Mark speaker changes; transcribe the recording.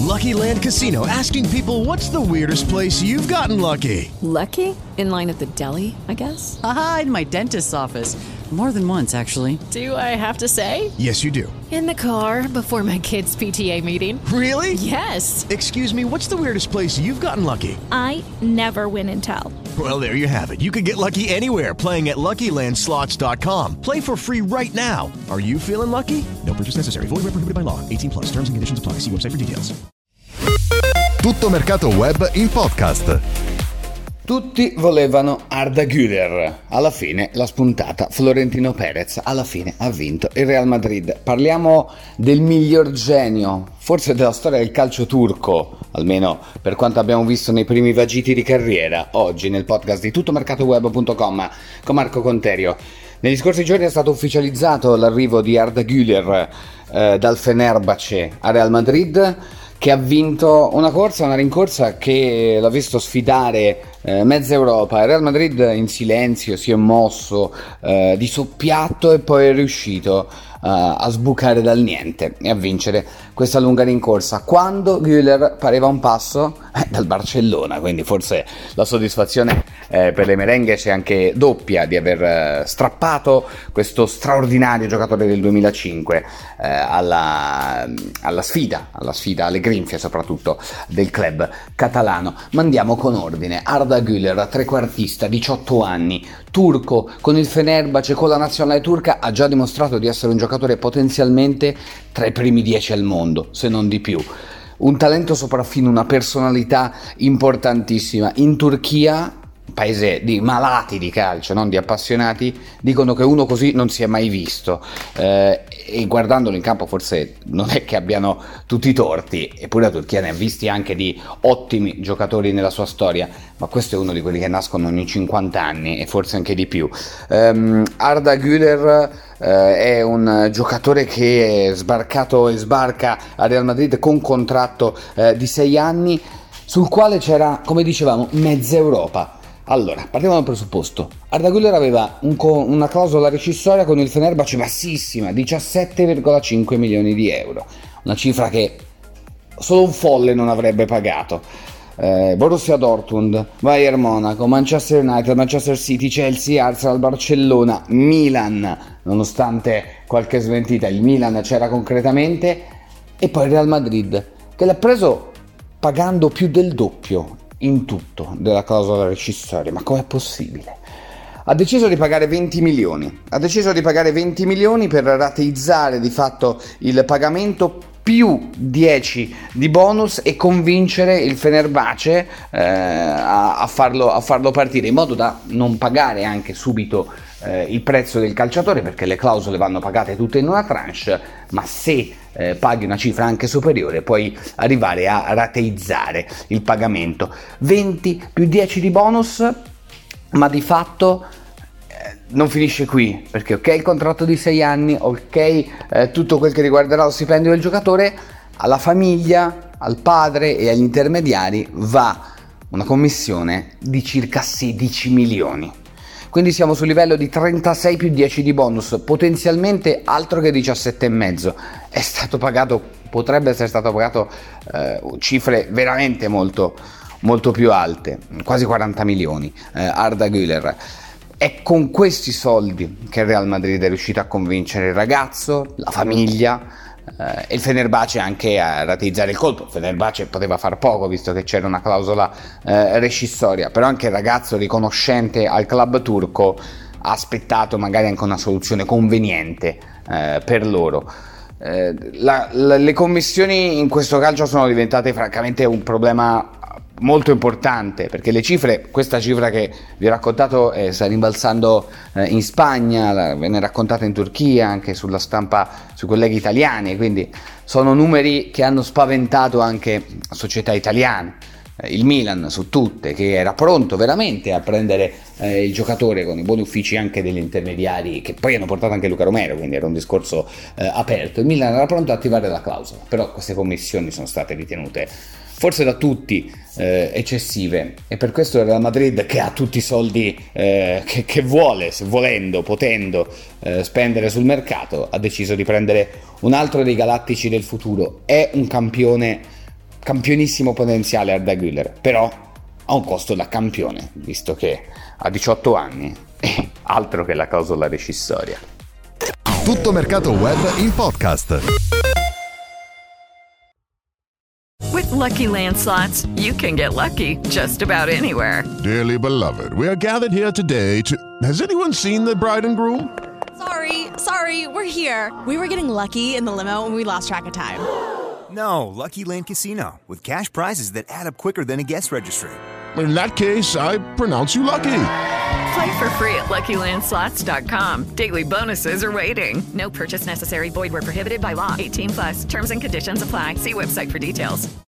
Speaker 1: Lucky Land Casino, asking people, what's the weirdest place you've gotten lucky?
Speaker 2: Lucky? In line at the deli, I guess?
Speaker 3: Aha, in my dentist's office. More than once, actually.
Speaker 2: Do I have to say?
Speaker 1: Yes, you do.
Speaker 2: In the car before my kids' PTA meeting.
Speaker 1: Really?
Speaker 2: Yes.
Speaker 1: Excuse me, what's the weirdest place you've gotten lucky?
Speaker 4: I never win and tell.
Speaker 1: Well, there you have it. You can get lucky anywhere, playing at LuckyLandSlots.com. Play for free right now. Are you feeling lucky? No purchase necessary. Void where prohibited by law. 18+. Terms and conditions apply. See website for details.
Speaker 5: Tutto Mercato Web in podcast.
Speaker 6: Tutti volevano Arda Güler, alla fine l'ha spuntata Florentino Perez, alla fine ha vinto il Real Madrid. Parliamo del miglior genio, forse della storia del calcio turco, almeno per quanto abbiamo visto nei primi vagiti di carriera, oggi nel podcast di tuttomercatoweb.com con Marco Conterio. Negli scorsi giorni è stato ufficializzato l'arrivo di Arda Güler dal Fenerbahce a Real Madrid, che ha vinto una rincorsa che l'ha visto sfidare mezza Europa. Il Real Madrid in silenzio si è mosso di soppiatto e poi è riuscito a sbucare dal niente e a vincere questa lunga rincorsa, quando Güler pareva un passo dal Barcellona, quindi forse la soddisfazione per le merengue c'è anche doppia di aver strappato questo straordinario giocatore del 2005 alla sfida, alle grinfie soprattutto del club catalano. Ma andiamo con ordine. Arda Güler, trequartista, 18 anni, turco, con il Fenerbahce, con la nazionale turca, ha già dimostrato di essere un giocatore potenzialmente tra i primi 10 al mondo, se non di più. Un talento sopraffino, una personalità importantissima. In Turchia, paese di malati di calcio, non di appassionati, dicono che uno così non si è mai visto, e guardandolo in campo forse non è che abbiano tutti i torti, eppure la Turchia ne ha visti anche di ottimi giocatori nella sua storia, ma questo è uno di quelli che nascono ogni 50 anni e forse anche di più. Arda Güler è un giocatore che è sbarcato e sbarca a Real Madrid con contratto di 6 anni, sul quale c'era, come dicevamo, mezza Europa. Allora, partiamo dal presupposto. Arda Güler aveva una clausola rescissoria con il Fenerbahce bassissima, 17,5 milioni di euro, una cifra che solo un folle non avrebbe pagato. Borussia Dortmund, Bayern Monaco, Manchester United, Manchester City, Chelsea, Arsenal, Barcellona, Milan, nonostante qualche smentita, il Milan c'era concretamente, e poi Real Madrid, che l'ha preso pagando più del doppio in tutto della clausola rescissoria. Ma com'è possibile? Ha deciso di pagare 20 milioni per rateizzare di fatto il pagamento più 10 di bonus e convincere il Fenerbahce a farlo partire, in modo da non pagare anche subito il prezzo del calciatore, perché le clausole vanno pagate tutte in una tranche, ma se paghi una cifra anche superiore puoi arrivare a rateizzare il pagamento. 20 più 10 di bonus, ma di fatto non finisce qui, perché ok il contratto di 6 anni, ok tutto quel che riguarderà lo stipendio del giocatore, alla famiglia, al padre e agli intermediari va una commissione di circa 16 milioni. Quindi siamo sul livello di 36 più 10 di bonus, potenzialmente altro che 17,5. È stato pagato, potrebbe essere stato pagato cifre veramente molto, molto più alte, quasi 40 milioni. Arda Güler. È con questi soldi che il Real Madrid è riuscito a convincere il ragazzo, la famiglia, e il Fenerbahce anche a rateizzare il colpo. Il Fenerbahce poteva far poco visto che c'era una clausola rescissoria, però anche il ragazzo, riconoscente al club turco, ha aspettato magari anche una soluzione conveniente per loro. Le commissioni in questo calcio sono diventate francamente un problema molto importante, perché le cifre, questa cifra che vi ho raccontato sta rimbalzando in Spagna, viene raccontata in Turchia, anche sulla stampa, sui colleghi italiani, quindi sono numeri che hanno spaventato anche società italiane. Il Milan su tutte, che era pronto veramente a prendere il giocatore con i buoni uffici anche degli intermediari, che poi hanno portato anche Luca Romero, quindi era un discorso aperto. Il Milan era pronto ad attivare la clausola, però queste commissioni sono state ritenute forse da tutti eccessive, e per questo il Real Madrid, che ha tutti i soldi che vuole, se volendo, potendo spendere sul mercato, ha deciso di prendere un altro dei galattici del futuro. È un campione campionissimo potenziale Arda Güler, però ha un costo da campione, visto che ha 18 anni, altro che la clausola rescissoria.
Speaker 5: Tuttomercato web in podcast.
Speaker 7: With Lucky Land Slots, you can get lucky just about anywhere.
Speaker 8: Dearly beloved, we are gathered here today to... Has anyone seen the bride and groom?
Speaker 9: Sorry, we're here. We were getting lucky in the limo and we lost track of time.
Speaker 10: No, Lucky Land Casino, with cash prizes that add up quicker than a guest registry.
Speaker 8: In that case, I pronounce you lucky.
Speaker 7: Play for free at LuckyLandSlots.com. Daily bonuses are waiting. No purchase necessary. Void where prohibited by law. 18+. Terms and conditions apply. See website for details.